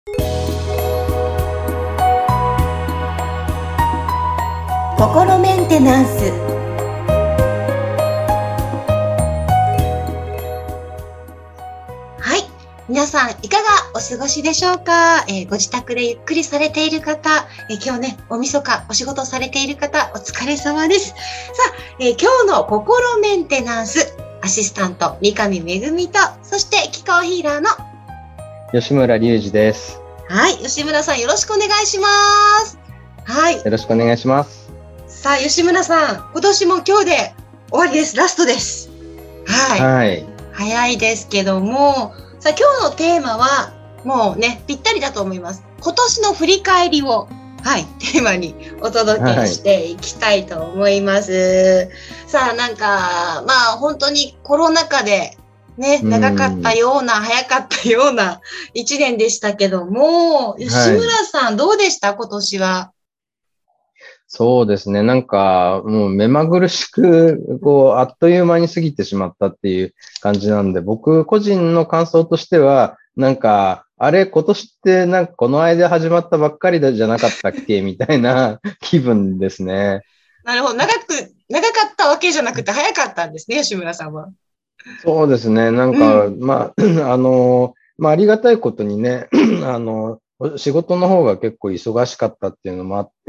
心メンテナンス。はい、皆さんいかがお過ごしでしょうか。ご自宅でゆっくりされている方、今日ね、大晦日お仕事されている方、お疲れ様です。さあ、今日の心メンテナンス、アシスタント三上めぐみと、そして気候ヒーラーの吉村隆二です。 はい、吉村さんよろしくお願いします。はい、 よろしくお願いします。 さあ、吉村さん、今年も今日で終わりです。ラストです。はい。 はい。 早いですけども、さあ、今日のテーマは、もうね、ぴったりだと思います。今年の振り返りを、はい、テーマにお届けしていきたいと思います。さあ、なんか、まあ、本当にコロナ禍で、ね、長かったような、早かったような一年でしたけども、吉村さん、どうでした今年は。 そうですね。なんか、もう目まぐるしく、あっという間に過ぎてしまったっていう感じなんで、僕個人の感想としては、なんか、あれ、今年ってなんかこの間始まったばっかりじゃなかったっけみたいな気分ですね。 なるほど。長かったわけじゃなくて早かったんですね、吉村さんは。 そうですね。なんか、まあ、ありがたいことにね、仕事の方が結構忙しかったっていうのもあって、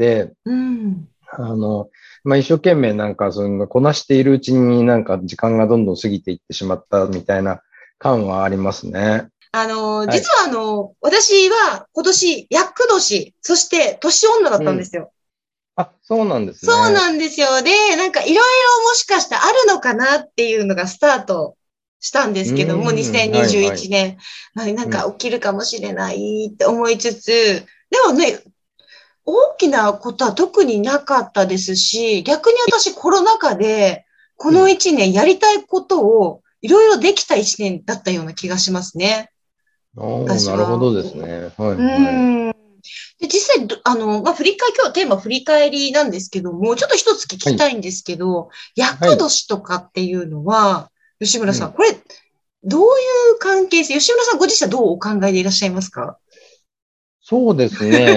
一生懸命なんか、こなしているうちになんか時間がどんどん過ぎていってしまったみたいな感はありますね。 実は私は今年、厄年、そして年女だったんですよ。 そうなんですね。 そうなんですよ。で、なんかいろいろもしかしてあるのかなっていうのがスタートしたんですけども、2021年、なんか起きるかもしれないって思いつつ、でもね、大きなことは特になかったですし、逆に私コロナ禍で、この1年やりたいことをいろいろできた1年だったような気がしますね。 なるほどですね。 で、実際、今日テーマ振り返りなんですけども、ちょっと一つ聞きたいんですけど、厄年とかっていうのは、吉村さん、これ、どういう関係性、吉村さんご自身はどうお考えでいらっしゃいますか？ そうですね。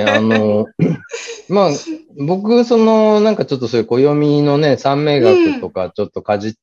僕、なんかちょっとそういう暦のね、三名学とかちょっとかじって、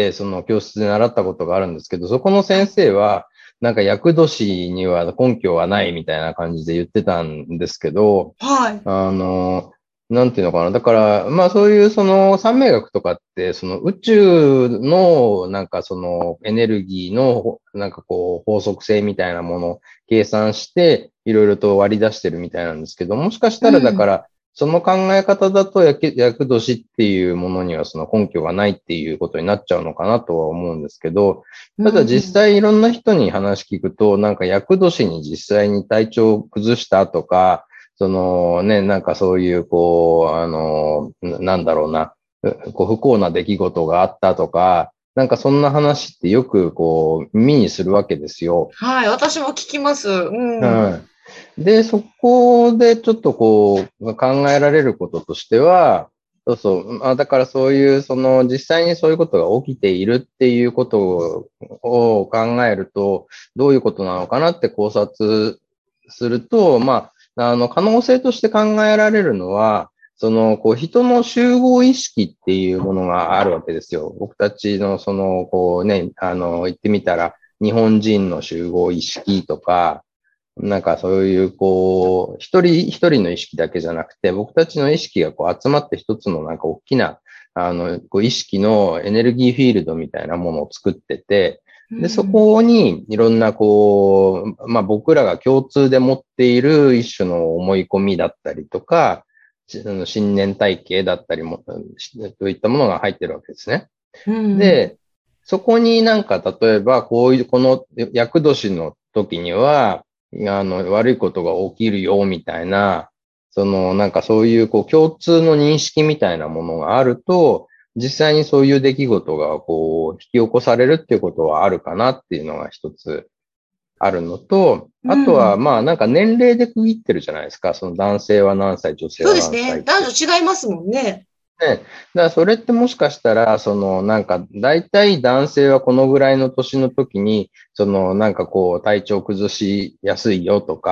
教室で習ったことがあるんですけど、そこの先生は、なんか厄年には根拠はないみたいな感じで言ってたんですけど、なんていうのかな。だから、そういう三名学とかって、宇宙のなんかエネルギーのなんか法則性みたいなものを計算して、いろいろと割り出してるみたいなんですけど、もしかしたらだから、その考え方だと厄年っていうものにはその根拠がないっていうことになっちゃうのかなとは思うんですけど、ただ実際いろんな人に話聞くと、なんか厄年に実際に体調を崩したとか、なんかそういう、なんだろうな、不幸な出来事があったとか、なんかそんな話ってよく耳にするわけですよ。 はい、私も聞きます。 で、そこでちょっと考えられることとしては、だからそういう、実際にそういうことが起きているっていうことを考えると、どういうことなのかなって考察すると、可能性として考えられるのは、人の集合意識っていうものがあるわけですよ。僕たちの、言ってみたら、日本人の集合意識とか、なんかそういう、一人一人の意識だけじゃなくて、僕たちの意識が集まって一つのなんか大きな、意識のエネルギーフィールドみたいなものを作ってて、で、そこにいろんな僕らが共通で持っている一種の思い込みだったりとか、信念体系だったりも、といったものが入ってるわけですね。で、そこになんか例えばこの厄年の時には、悪いことが起きるよ、みたいな、なんかそういう、共通の認識みたいなものがあると、実際にそういう出来事が、引き起こされるっていうことはあるかなっていうのが一つあるのと、あとは、なんか年齢で区切ってるじゃないですか。その男性は何歳、女性は何歳。そうですね。 男女違いますもんね。 だからそれってもしかしたら、なんか、大体男性はこのぐらいの年の時に、なんか体調崩しやすいよとか、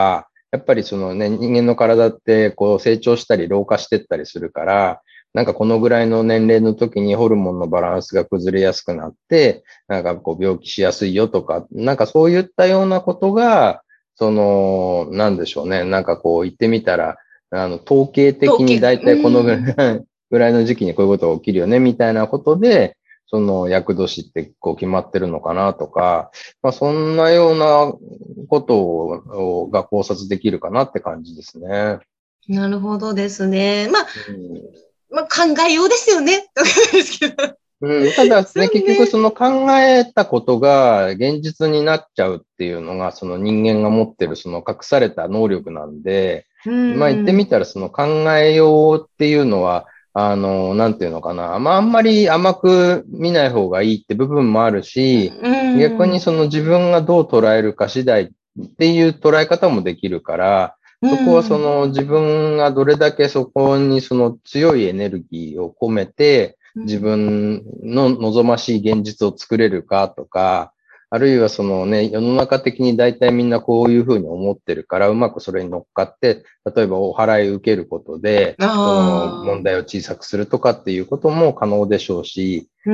やっぱりそのね、人間の体ってこう成長したり老化してったりするから、なんかこのぐらいの年齢の時にホルモンのバランスが崩れやすくなって、なんかこう病気しやすいよとか、なんかそういったようなことが、なんでしょうね。なんかこう言ってみたら、統計的にだいたいこのぐらいの時期にこういうことが起きるよね、みたいなことで、その厄年ってこう決まってるのかなとか、まあそんなようなが考察できるかなって感じですね。 なるほどですね。 うん、 考えようですよね。とかですけど。 ただね、 そう結局ね。 その考えたことが現実になっちゃうっていうのが、その人間が持ってるその隠された能力なんで、 うまあ言ってん。 みたらその考えようっていうのは、なんていうのかな。まああんまり甘く見ない方がいいって部分もあるし、 う逆にん。 その自分がどう捉えるか次第っていう捉え方もできるから、 うそこはそん。 の自分がどれだけそこにその強いエネルギーを込めて、自うん。 分の望ましい現実を作れるかとか、あるいはそのね、世の中的に大体みんなこういうふうに思ってるから、うまくそれに乗っかって、例えばお払い受けることで、その問ああ。 題を小さくするとかっていうことも可能でしょうし、 うん。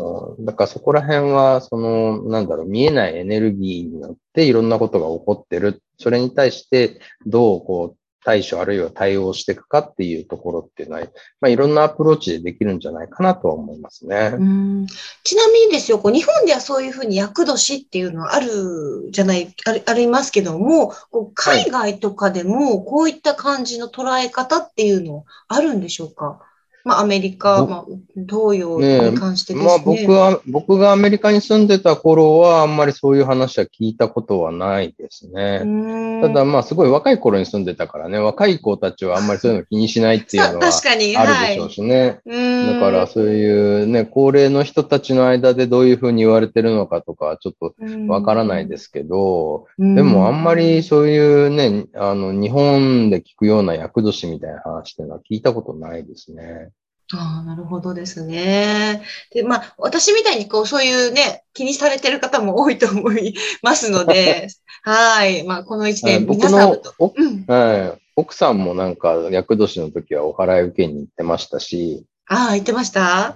だからそこら辺は、なんだろう、見えないエネルギーによっていろんなことが起こってる。それに対して、どうこう、対処あるいは対応していくかっていうところっていうのは、まあ、いろんなアプローチでできるんじゃないかなとは思いますね。 うん。ちなみにですよ、日本ではそういうふうに厄年っていうのはあるじゃない、ありますけども、海はい。 外とかでもこういった感じの捉え方っていうのあるんでしょうか？アメリカ、 ぼ東洋ねえ、 に関してでまあすね。 僕がアメリカに住んでた頃はあんまりそういう話は聞いたことはないですうね。たーん。 だまあすごい若い頃に住んでたからね、若い子たちはあんまりそういうの気にしないっていうのは確かに、 あるでしょうはい。 しね。 うだかーん。 らそういうね、高齢の人たちの間でどういうふうに言われてるのかとかはちょっとうわからないん。 ですけど、 うでもあんまん。 りそういうね、日本で聞くような厄年みたいな話っていうのは聞いたことないですね。 ああ、なるほどですね。で、私みたいにそういうね、気にされてる方も多いと思いますので、はい。この一はい、 年、 僕皆さんと、 のお、 うん。 はい、奥さんもなんか、厄年の時はお祓い受けに行ってましたし、 ああ、言ってました？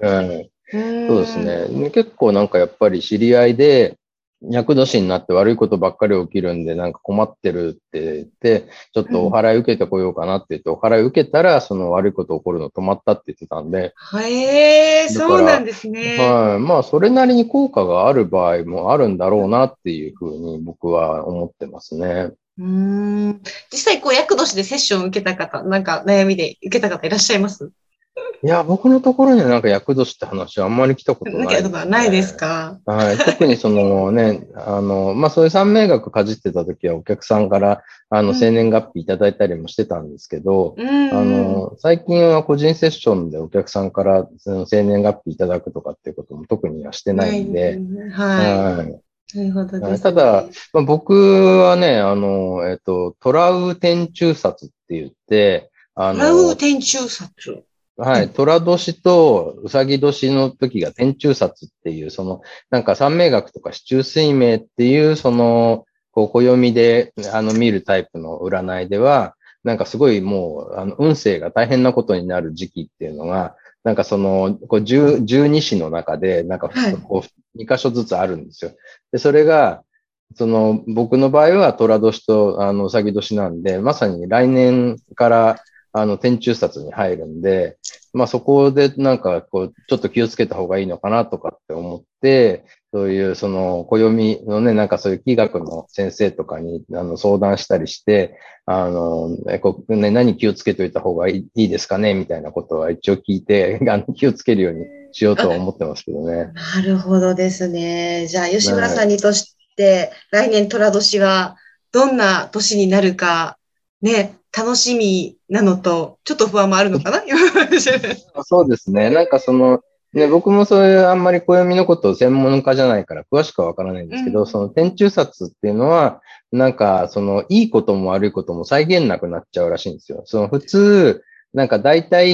はい、 うそうですーん。 ね。結構なんかやっぱり知り合いで、厄年になって悪いことばっかり起きるんで、なんか困ってるって言って、ちょっとおうん。 祓い受けてこようかなって言って、お祓い受けたら、その悪いこと起こるの止まったって言ってたんで、 へえ、 だから、 そうなんですね。 はい、まあ、それなりに効果がある場合もあるんだろうなっていうふうに僕は思ってますね。 うーん。実際、厄年でセッションを受けた方、なんか悩みで受けた方いらっしゃいます？ いや、僕のところにはなんか厄年って話はあんまり来たこと受けたことないですね。 はないですか？ はい。特にそのね、まあそういう三名学かじってた時はお客さんから生年うん。 月日いただいたりもしてたんですけど、 うんうん。 最近は個人セッションでお客さんからその生年月日いただくとかっていうことも特にはしてないないんで、 ですね。はい。 はい。 なるほどでただ、 すね。 まあ、僕はね、トラウ天中殺って言って、 トラウ天中殺。 はい。 はい。 寅年とうさぎ年の時が天中殺っていう、なんか三名学とか四柱推命っていう、こう、暦で、見るタイプの占いでは、なんかすごいもう、運勢が大変なことになる時期っていうのが、なんかこう、十二支の中で、なんか、 はい。 こう、二箇所ずつあるんですよ。で、それが、僕の場合は寅年と、うさぎ年なんで、まさに来年から、天中殺に入るんで、まあそこでなんかこう、ちょっと気をつけた方がいいのかなとかって思って、そういうその暦のね、なんかそういう気学の先生とかに相談したりして、何気をつけておいた方がいいですかねみたいなことは一応聞いて、気をつけるようにしようとは思ってますけどね。 なるほどですね。じゃあ、吉村はい。 さんにとして、来年寅年はどんな年になるか、ね、楽しみなのと、ちょっと不安もあるのかな？ そうですね。なんかね、僕もそういうあんまり暦のことを専門家じゃないから詳しくはわからないんですけど、 うん。 その天中殺っていうのは、なんかいいことも悪いことも際限なくなっちゃうらしいんですよ。普通、なんか大体、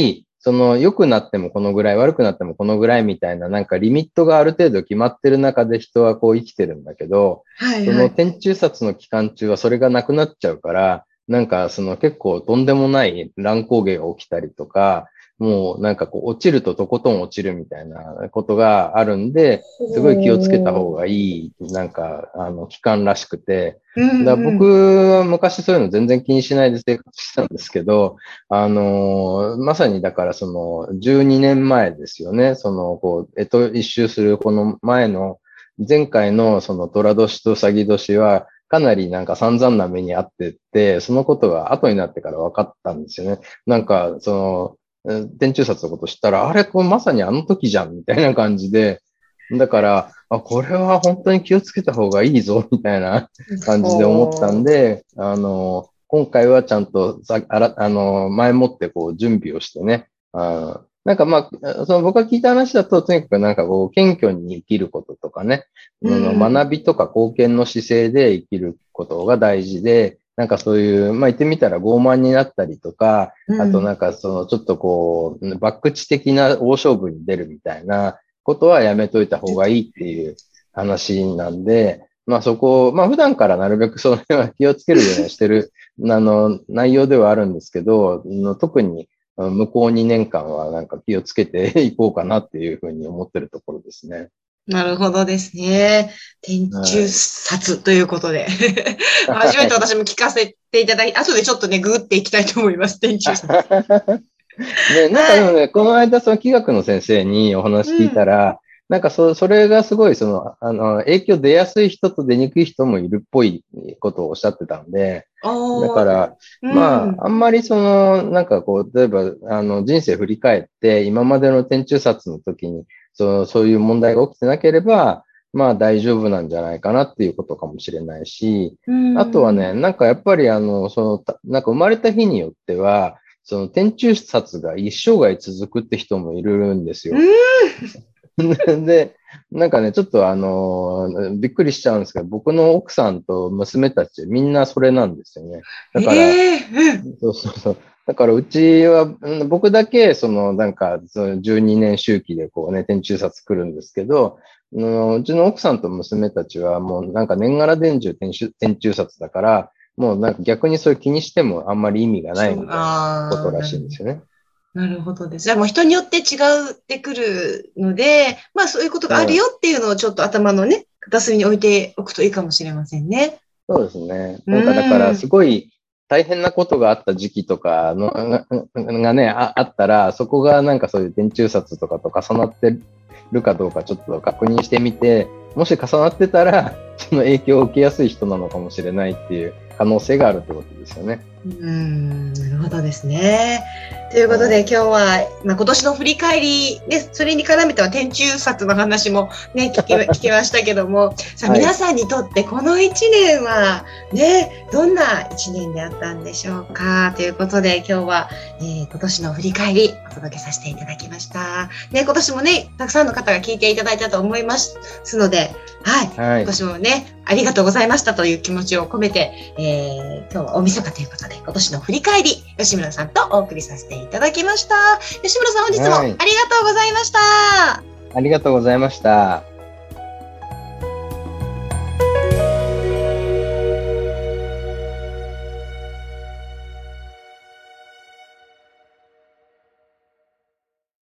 その良くなってもこのぐらい、悪くなってもこのぐらいみたいな、なんかリミットがある程度決まってる中で人はこう生きてるんだけど、その天中殺の期間中はそれがなくなっちゃうから、なんかその結構とんでもない乱高下が起きたりとか、もうなんかこう落ちるととことん落ちるみたいなことがあるんで、すごい気をつけた方がいい、なんか期間らしくて、だ僕は昔そういうの全然気にしないで生活してたんですけど、まさにだからその12年前ですよね、そのこう、一周するこの前の前回のその寅年と兎年は、かなりなんか散々な目にあってって、そのことが後になってから分かったんですよね。なんか、その、天中殺のこと知ったら、あれ、これまさにあの時じゃん、みたいな感じで、だから、これは本当に気をつけた方がいいぞ、みたいな感じで思ったんで、今回はちゃんと前もってこう準備をしてね、なんかまあ、その僕が聞いた話だと、とにかくなんかこう、謙虚に生きることとかね、学びとか貢献の姿勢で生きることが大事で、なんかそういう、まあ言ってみたら傲慢になったりとか、あとなんかそのちょっとこう、博打的な大勝負に出るみたいなことはやめといた方がいいっていう話なんで、まあそこを、まあ普段からなるべくその辺は気をつけるようにしてる、内容ではあるんですけど、特に向こう2年間はなんか気をつけていこうかなっていうふうに思ってるところですね。 なるほどですね。天中殺ということで。初めて私も聞かせていただいて、後でちょっとね、ググっていきたいと思います。天中殺。 ね、なんかでもね、この間その気学の先生にお話聞いたら、なんかそれがすごい影響出やすい人と出にくい人もいるっぽいことをおっしゃってたんで、だから、まあ、あんまりなんかこう、例えば、人生振り返って、今までの天中殺の時に、そういう問題が起きてなければ、まあ大丈夫なんじゃないかなっていうことかもしれないし、あとはね、なんかやっぱりなんか生まれた日によっては、その天中殺が一生涯続くって人もいるんですよ。で、なんかね、ちょっとびっくりしちゃうんですけど、僕の奥さんと娘たちみんなそれなんですよね。だから、そうそうそう。だからうちは、僕だけ、なんか、12年周期でこうね、天中殺来るんですけど、うちの奥さんと娘たちはもうなんか年がら年中天中殺だから、もうなんか逆にそれ気にしてもあんまり意味がないみたいなことらしいんですよね。 なるほどです。じゃあもう人によって違ってくるので、まあそういうことがあるよっていうのをちょっと頭のね、片隅に置いておくといいかもしれませんね。 そうですね。なんかだからすごい大変なことがあった時期とかがね、あったら、そこがなんかそういう天中殺とかと重なってるかどうかちょっと確認してみて、もし重なってたら、その影響を受けやすい人なのかもしれないっていう可能性があるってことですよね。 なるほどですね。ということで、今日は、今年の振り返り、ね、それに絡めては天中殺の話もね、聞きましたけども、さあ、皆さんにとってこの1年はね、どんな1年であったんでしょうか。ということで、今日は、今年の振り返りお届けさせていただきました。ね、今年もね、たくさんの方が聞いていただいたと思いますので、はい、今年もね、ありがとうございましたという気持ちを込めて、今日は大晦日ということで、今年の振り返り、吉村さんとお送りさせていただきました。吉村さん、本日もありがとうございました。 ありがとうございました。